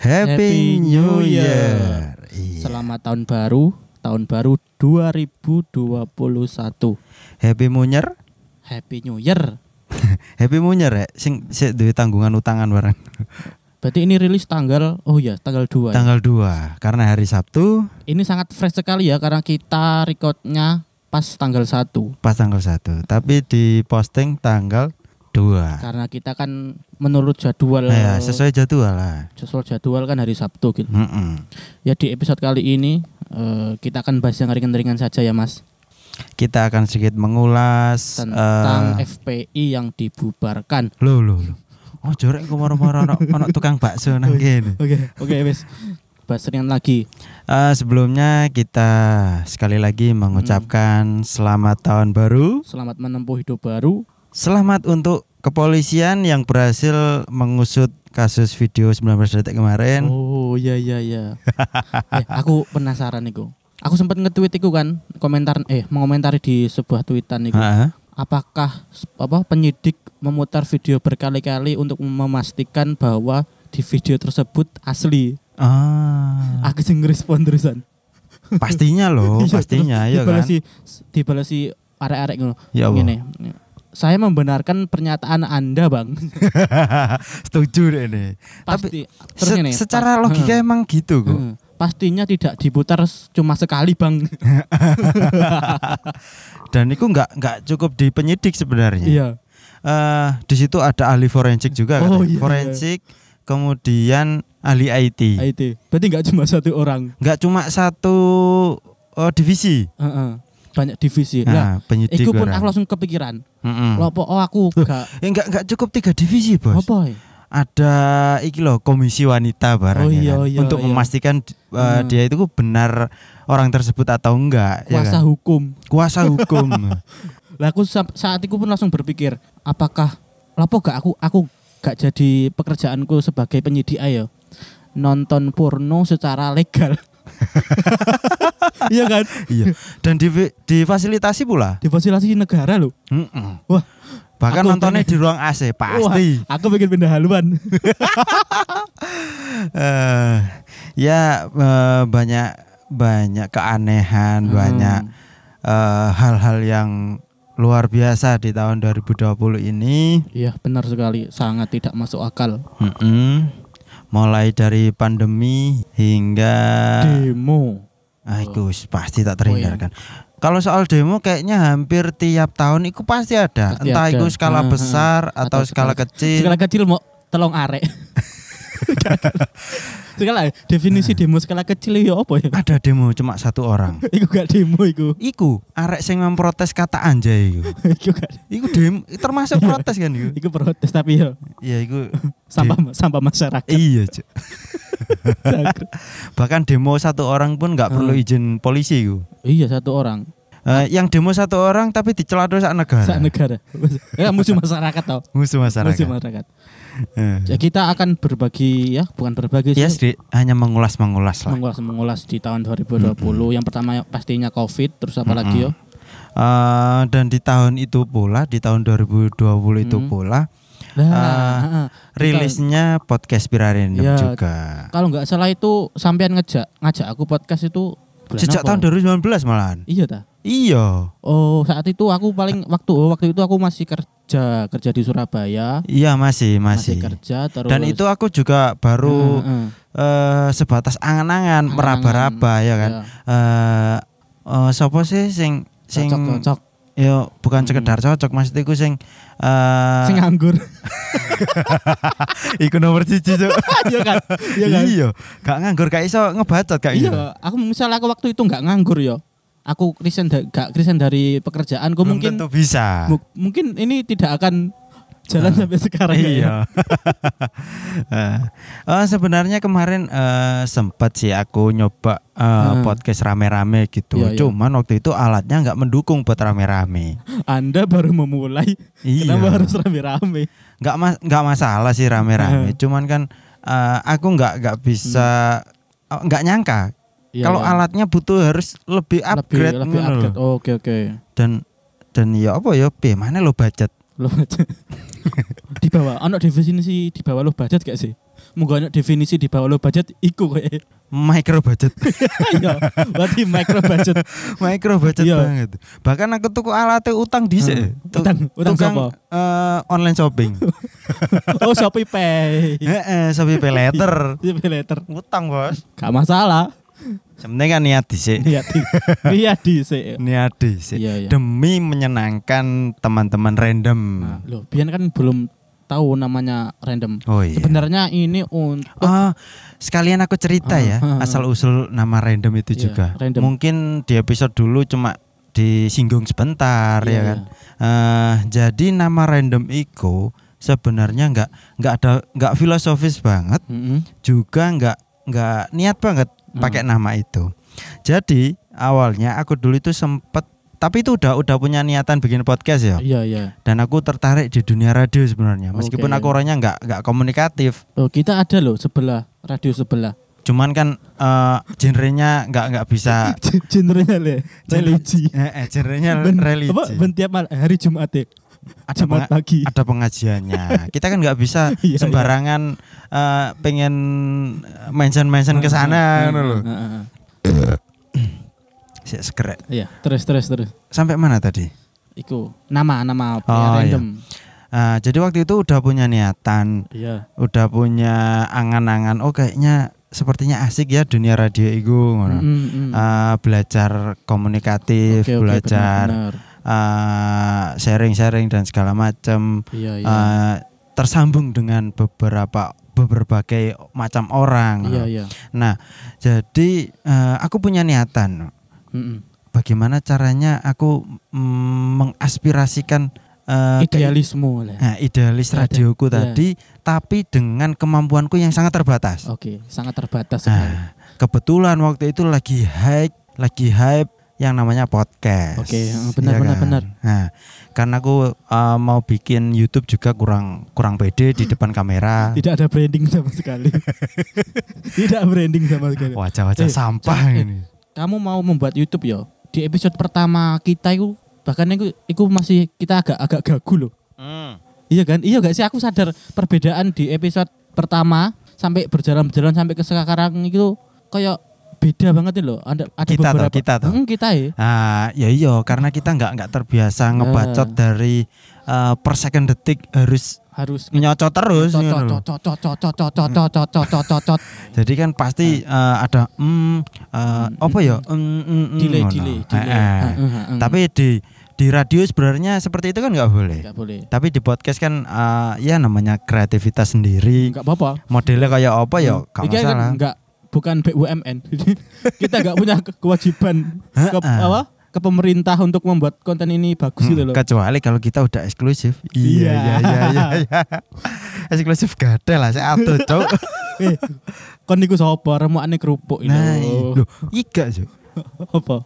Happy New Year. Iya. Selamat tahun baru 2021. Happy Munyer. Happy New Year. Happy Munyer ya. Sing duwe tanggungan utangan bareng. Berarti ini rilis tanggal 2. Tanggal 2 karena hari Sabtu. Ini sangat fresh sekali ya karena kita recordnya pas tanggal 1. Pas tanggal 1. Tapi di posting tanggal 2. Karena kita kan menurut jadwal. Ya, sesuai jadwal lah. Sesuai jadwal kan hari Sabtu gitu. Mm-mm. Ya di episode kali ini kita akan bahas yang ringan-ringan saja ya Mas. Kita akan sedikit mengulas tentang FPI yang dibubarkan. Loh. Oh, jorek kok marah-marah anak tukang bakso nang kene. Oke, wes. Bahas ringan lagi. Sebelumnya kita sekali lagi mengucapkan selamat tahun baru. Selamat menempuh hidup baru. Selamat untuk kepolisian yang berhasil mengusut kasus video 19 detik kemarin. Oh iya. Aku penasaran iku. Aku sempat nge-tweet iku kan, mengomentari di sebuah tweetan iku. Apakah penyidik memutar video berkali-kali untuk memastikan bahwa di video tersebut asli? Aku sing ngerespon terusan. Pastinya loh, pastinya ya kan. Dibalasi arek-arek ngono. Ya Allah. Ngene. Saya membenarkan pernyataan Anda, Bang. Setuju deh ini. Pasti. Tapi Terus ini, secara logika emang gitu kok. Pastinya tidak diputar cuma sekali, Bang. Dan itu nggak cukup di penyidik sebenarnya. Iya. Di situ ada ahli forensik juga kan. Iya. Forensik, kemudian ahli IT. Berarti nggak cuma satu orang. Nggak cuma satu divisi. Banyak divisi. Nah, penyidik. Iku pun aku langsung kepikiran. Lopo aku gak. Enggak cukup 3 divisi, Bos. Apa? Ada iki loh komisi wanita barang iya, untuk memastikan dia itu benar orang tersebut atau enggak. Kuasa hukum. Kuasa hukum. Lah aku saat itu pun langsung berpikir, apakah lopo gak aku gak jadi pekerjaanku sebagai penyidik ayo nonton porno secara legal. Iya kan? Iya. Dan difasilitasi pula. Difasilitasi negara loh. Wah, bahkan nontonnya di ruang AC pasti. Wah, aku pengen pindah haluan. Banyak keanehan, banyak hal-hal yang luar biasa di tahun 2020 ini. Iya, benar sekali, sangat tidak masuk akal. Mulai dari pandemi hingga demo. Itu pasti tak terhindarkan. Kalau soal demo kayaknya hampir tiap tahun itu pasti ada. Entah itu skala besar atau skala kecil. Skala kecil mau telung arek. Skala definisi demo skala kecil ya apa ya? Ada demo cuma 1 orang. Iku gak demo iku. Iku arek sing memprotes kata anjay iku. Iku demo termasuk protes kan iku. Iku protes tapi ya. Iya iku sampah masyarakat. Iya, Cuk. Bahkan demo 1 orang pun nggak perlu izin polisi iku. Iya, 1 orang. Yang demo 1 orang tapi dicela sak negara. Sak negara. Ya musuh masyarakat tau. Musuh masyarakat. Ya, kita akan berbagi ya, bukan berbagi sih. Yes, hanya mengulas lah. Mengulas di tahun 2020. Yang pertama pastinya Covid, terus apa lagi yo? Dan di tahun itu pula, di tahun 2020 itu pula rilisnya podcast Pirarindo juga. Kalau nggak salah itu sampean ngajak aku podcast itu sejak tahun 2019 malahan. Iya ta? Iya. Oh, saat itu aku paling waktu itu aku masih kerja di Surabaya. Iya, masih kerja terus. Dan itu aku juga baru sebatas angan-angan meraba-raba ya kan. Sopo sih sing cocok. Yo bukan sekedar cocok, maksudku sing nganggur. Iku nomor 1, Cuk. Iya kan? Iya, gak nganggur gak iso ngebacot gak iso. Iya, aku waktu itu gak nganggur yo. Aku resign dari pekerjaanku. Belum mungkin tentu bisa. Mungkin ini tidak akan jalan sampai sekarang. Iya. Sebenarnya kemarin sempat sih aku nyoba podcast rame-rame gitu. Iya. Cuman waktu itu alatnya nggak mendukung buat rame-rame. Anda baru memulai. Iya. Kenapa harus rame-rame? Nggak masalah sih rame-rame. Cuman kan aku nggak bisa nggak nyangka. Iya, kalau alatnya butuh harus lebih upgrade. Lebih upgrade. Oke. Dan ya apa ya? Mana lo budget? Di bawah, ono definisi di bawah lo budget gak sih? munggah definisi di bawah low budget iku kowe. Micro budget. Iya, berarti micro budget. Micro budget banget. Bahkan aku tuku alatnya utang dhisik. Utang sapa? Online shopping. Oh, Shopee Pay. Shopee Pay Later. Shopee Later. Utang, Bos. Gak masalah. Sebenarnya kan niat dhisik. Niat dhisik. Niat dhisik. Iya. Demi menyenangkan teman-teman random. Nah, loh, biyen kan belum tahu namanya random. Oh iya. Sebenarnya ini untuk sekalian aku cerita ya asal usul nama random itu juga. Random. Mungkin di episode dulu cuma disinggung sebentar ya kan. Jadi nama random itu sebenarnya nggak filosofis banget, juga nggak niat banget pakai nama itu. Jadi awalnya aku dulu itu sempet, tapi itu udah punya niatan bikin podcast ya. Iya. Dan aku tertarik di dunia radio sebenarnya. Meskipun aku orangnya nggak komunikatif. Oh, kita ada loh radio sebelah. Cuman kan genrenya nggak bisa. Genrenya religi. Genrenya religi. Apa? Tiap hari Jumat ya. Jumat pagi. Ada pengajiannya. Kita kan nggak bisa sembarangan pengen mention ke sana loh. Sekrek. Iya, terus. Sampai mana tadi? Iku nama random. Iya. Jadi waktu itu udah punya niatan, udah punya angan-angan. Oh kayaknya sepertinya asik ya dunia radio itu. Belajar komunikatif, belajar sharing dan segala macam. Tersambung dengan berbagai macam orang. Iya. Nah, jadi aku punya niatan. Bagaimana caranya aku mengaspirasikan idealisme idealis radioku tadi, tapi dengan kemampuanku yang sangat terbatas. Oke, sangat terbatas sekali. Kebetulan waktu itu lagi hype yang namanya podcast. Oke, benar. Nah, karena aku mau bikin YouTube juga kurang pede di depan kamera. Tidak ada branding sama sekali. Wajah-wajah sampah ini. Kamu mau membuat YouTube ya? Di episode pertama kita itu bahkan itu masih kita agak gagu loh. Iya kan? Iya gak sih, aku sadar perbedaan di episode pertama sampai berjalan sampai ke sekarang itu kayak beda banget loh. Ada beberapa kita kita ya. Iya karena kita nggak terbiasa ngebacot dari per second detik harus nyocot terus. Jadi kan pasti ada apa ya? Delay. Tapi di radio sebenarnya seperti itu kan nggak boleh. Tapi di podcast kan ya namanya kreativitas sendiri. Nggak apa-apa. Modelnya kayak apa ya? Nggak masalah. Kan bukan BUMN. Kita nggak punya kewajiban ke pemerintah untuk membuat konten ini bagus gitu loh. Kecuali kalau kita udah eksklusif. Iya. Eksklusif gede lah saya atur, Cuk. Kon niku sapa remukane kerupuk itu. Nah, lho, iga, Cuk. Apa?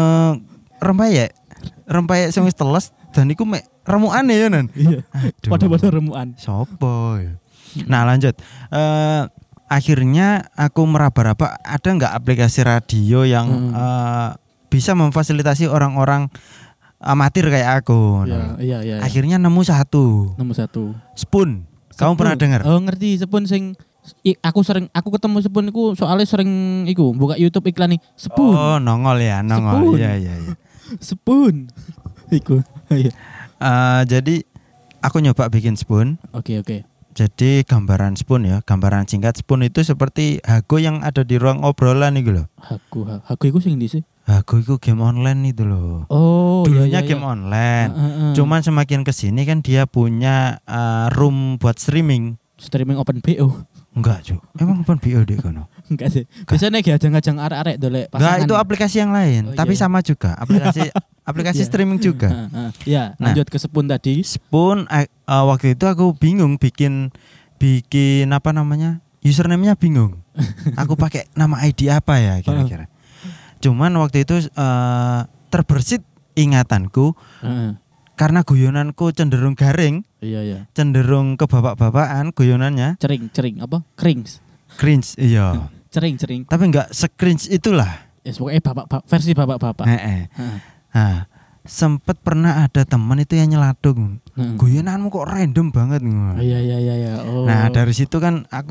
Rempeyek sing wis teles dan iku mek remukane ya, Nan. Iya. Padha-padha remukan. Sopo ya? Nah, lanjut. Akhirnya aku meraba-raba ada nggak aplikasi radio yang bisa memfasilitasi orang-orang amatir kayak aku. Iya. Akhirnya nemu satu. Spoon. Kamu pernah dengar? Oh, ngerti. Spoon sing aku ketemu Spoon iku soalnya sering iku buka YouTube iklan nih. Spoon. Oh, nongol. Iya. Spoon. Iku. Iya. Jadi aku nyoba bikin Spoon. Oke. Jadi gambaran Spoon ya, gambaran singkat Spoon itu seperti Hago yang ada di ruang obrolan itu loh. Hago itu sing ndi sih? Hago itu game online itu loh. Oh, dulunya iya. Game online. Cuman semakin kesini kan dia punya room buat streaming open BO. Enggak, Cuk. Emang open BO deh kono? Enggak sih. Biasanya ngajang-ngajang arek-arek dolek pasangan. Enggak, itu aplikasi yang lain, tapi sama juga. Aplikasi streaming juga. Iya, lanjut ke Spoon tadi. Spoon waktu itu aku bingung bikin apa namanya? Username-nya bingung. Aku pakai nama ID apa ya kira-kira. Cuman waktu itu terbersit ingatanku karena guyonanku cenderung garing. Iya. Cenderung ke bapak-bapakan guyonannya. Cering apa? Cringe. Iya. Cering. Tapi enggak se-cringe itulah. Ya pokoknya versi bapak-bapak. Nah, sempet pernah ada teman itu yang nyelatung. Guyonanmu kok random banget. Iya. Oh. Nah, dari situ kan aku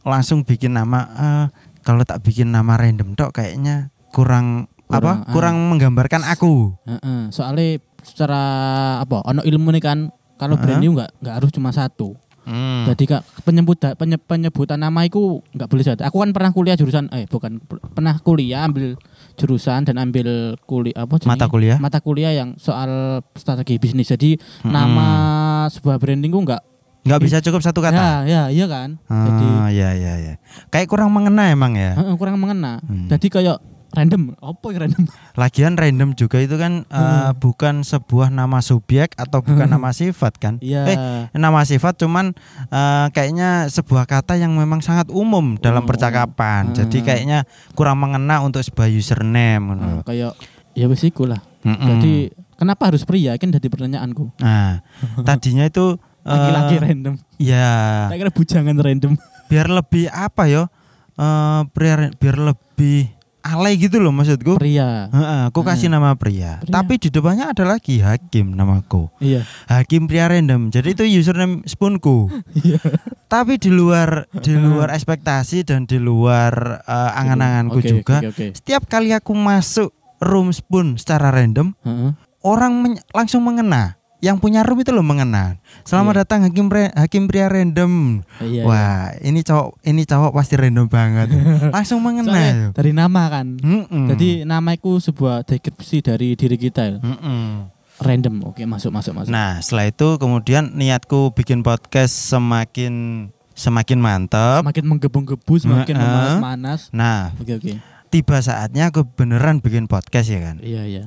langsung bikin nama kalau tak bikin nama random tok kayaknya kurang menggambarkan aku. Soalnya secara ono ilmu nih kan kalau branding nggak harus cuma satu. Jadi kak penyebutan nama itu nggak boleh satu. Aku kan pernah kuliah pernah kuliah ambil jurusan dan ambil mata kuliah yang soal strategi bisnis. Jadi nama sebuah branding itu nggak bisa cukup satu kata. Iya kan. Jadi ya. Kayak kurang mengena emang ya. Kurang mengena. Jadi kayak random. Apa yang random? Lagian random juga itu kan bukan sebuah nama subjek atau bukan nama sifat kan? Nama sifat cuman kayaknya sebuah kata yang memang sangat umum dalam percakapan. Jadi kayaknya kurang mengena untuk sebuah username. Kayak ya wis iku lah. Jadi kenapa harus pria? Kan jadi pertanyaanku. Nah, tadinya itu laki-laki random. Iya. Tak kira bujangan random. Biar lebih apa yo? Biar lebih alay gitu loh maksudku. Pria. Aku kasih nama pria. Tapi di depannya ada lagi Hakim namaku. Iya. Hakim pria random. Jadi itu username spoonku. Iya. Tapi di luar ekspektasi dan di luar angan-anganku juga. Okay. Setiap kali aku masuk room spoon secara random, orang langsung mengena. Yang punya room itu loh mengena. Selamat datang Hakim pria random. Wah, ini cowok pasti random banget. Langsung mengena. Soalnya dari nama kan. Jadi nama itu sebuah deskripsi dari diri kita. Random. Oke, masuk. Nah, setelah itu kemudian niatku bikin podcast semakin mantap, semakin menggebu-gebu, semakin memanas-manas. Nah, oke. Tiba saatnya aku beneran bikin podcast ya kan. Iya.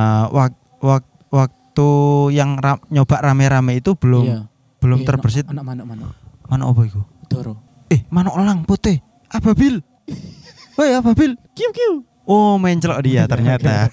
Waktu yang nyoba rame-rame itu belum terbersit. Mana? Mana apa itu? Doro. Mana elang putih? Ababil. Woi Ababil. Kiu. Oh, mencelok dia ternyata.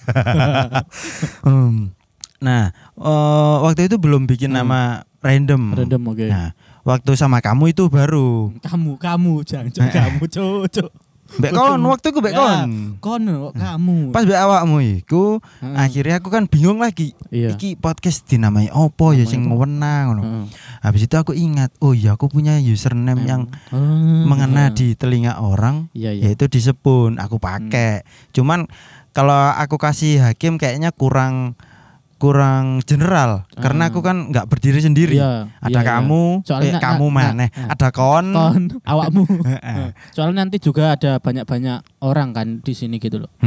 Nah, waktu itu belum bikin nama random. Oke. Nah, waktu sama kamu itu baru. Kamu jangan kamu, cocok. Mbak kon, waktu aku mbak kon. Kamu. Pas mbak awakmu iku, akhirnya aku kan bingung lagi. Iki podcast dinamai opo ya sing wewenang ngono. Habis itu aku ingat, oh iya aku punya username yang mengena di telinga orang, yaitu di Spoon. Aku pakai. Cuman kalau aku kasih Hakim kayaknya kurang general karena aku kan nggak berdiri sendiri. Ada kamu, kamu mana? Ada kon awakmu. Soalnya nanti juga ada banyak orang kan di sini gitu loh.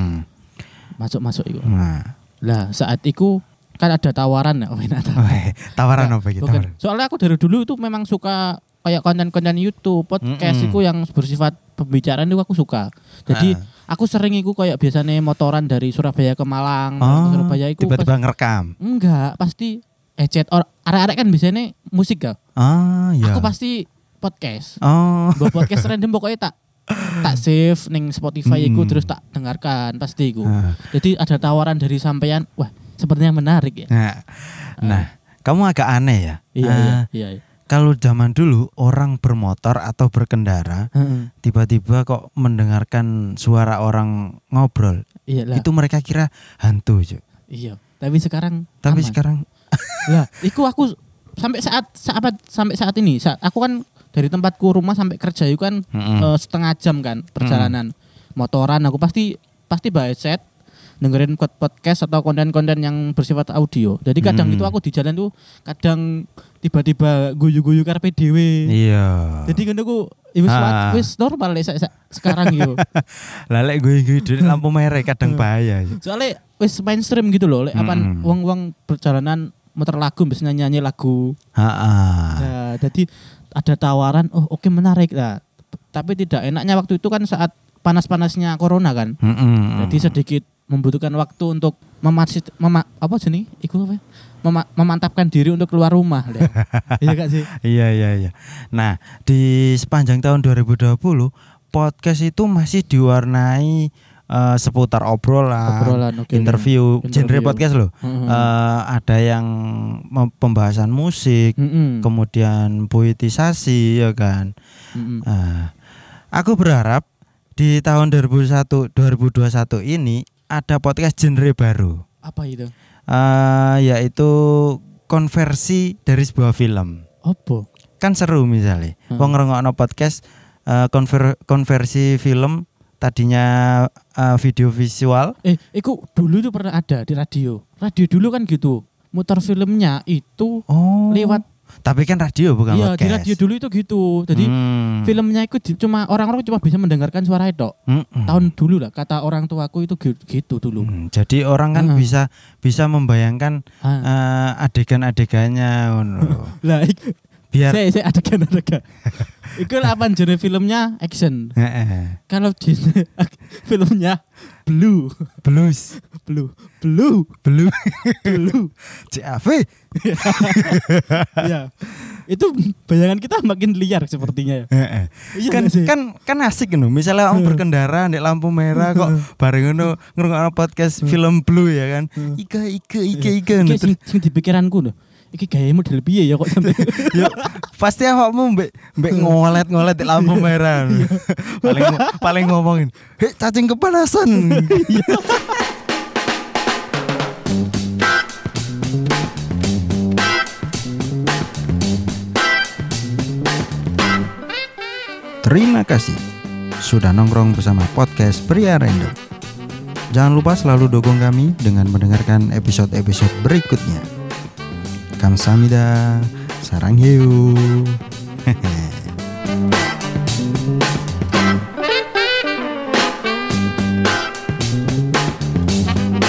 Masuk itu. Lah saat itu kan ada tawaran ya. Tawaran apa gitu? Soalnya aku dari dulu itu memang suka kayak konten-konten YouTube, podcast itu yang bersifat pembicaraan itu aku suka. Jadi aku sering iku kayak biasanya motoran dari Surabaya ke Malang, Surabaya iku tiba-tiba ngerekam. Enggak, pasti chat arek-arek kan biasanya musik ya. Iya. Aku pasti podcast. Buat podcast random pokoknya tak save ning Spotify iku terus tak dengarkan pasti iku. Jadi ada tawaran dari sampean, wah, sepertinya menarik ya. Nah, kamu agak aneh ya. Iya. Kalau zaman dulu orang bermotor atau berkendara tiba-tiba kok mendengarkan suara orang ngobrol, itu mereka kira hantu. Iya. Tapi sekarang lah, itu aku sampai saat ini aku kan dari tempatku rumah sampai kerja itu kan setengah jam kan perjalanan motoran. Aku pasti bawa headset dengerin podcast atau konten-konten yang bersifat audio. Jadi kadang itu aku di jalan tuh kadang tiba-tiba guyu-guyu karpe dhewe. Iya. Jadi kan aku wis normal sekarang yo. Lah lek guyu-guyu di lampu merah kadang bahaya. Soalnya wis mainstream gitu loh, lek apan wong-wong perjalanan muter lagu biasanya nyanyi lagu. Nah, jadi ada tawaran, oke, menarik lah. Tapi tidak enaknya waktu itu kan saat panas-panasnya corona kan. Jadi sedikit membutuhkan waktu untuk memantapkan diri untuk keluar rumah. Iya gak sih? Iya. Nah, di sepanjang tahun 2020 podcast itu masih diwarnai seputar obrolan, interview, genre podcast loh. Ada yang pembahasan musik, kemudian poetisasi ya kan. Aku berharap di tahun 2021 ini ada podcast genre baru. Apa itu? Yaitu konversi dari sebuah film. Apa? Kan seru misalnya. Wong ngrungokno podcast konversi film tadinya video visual. Iku dulu itu pernah ada di radio. Radio dulu kan gitu. Muter filmnya itu lewat. Tapi kan radio bukan podcast. Iya, di radio dulu itu gitu. Jadi filmnya itu cuma orang-orang cuma bisa mendengarkan suara itu. Tahun dulu lah kata orang tuaku itu gitu dulu. Jadi orang kan bisa membayangkan adegan-adegannya Lah biar saya adegan. Iku apa jenis filmnya action. Kalau jenis filmnya blues. CAV. Ya. Itu bayangan kita makin liar sepertinya ya. Kan asik ngono. Misalnya orang berkendara di lampu merah kok bareng ngono ngrungokno podcast film Blue ya kan. Ika. Sing di pikiranku lho. Iki gawe model piye ya kok sampe. Yo pasti awakmu mbek ngolet di lampu merah. paling ngomongin, "Hei cacing kepanasan." Terima kasih sudah nongkrong bersama podcast Pria Random. Jangan lupa selalu dukung kami dengan mendengarkan episode-episode berikutnya. Kamsahamnida, sarang hiu.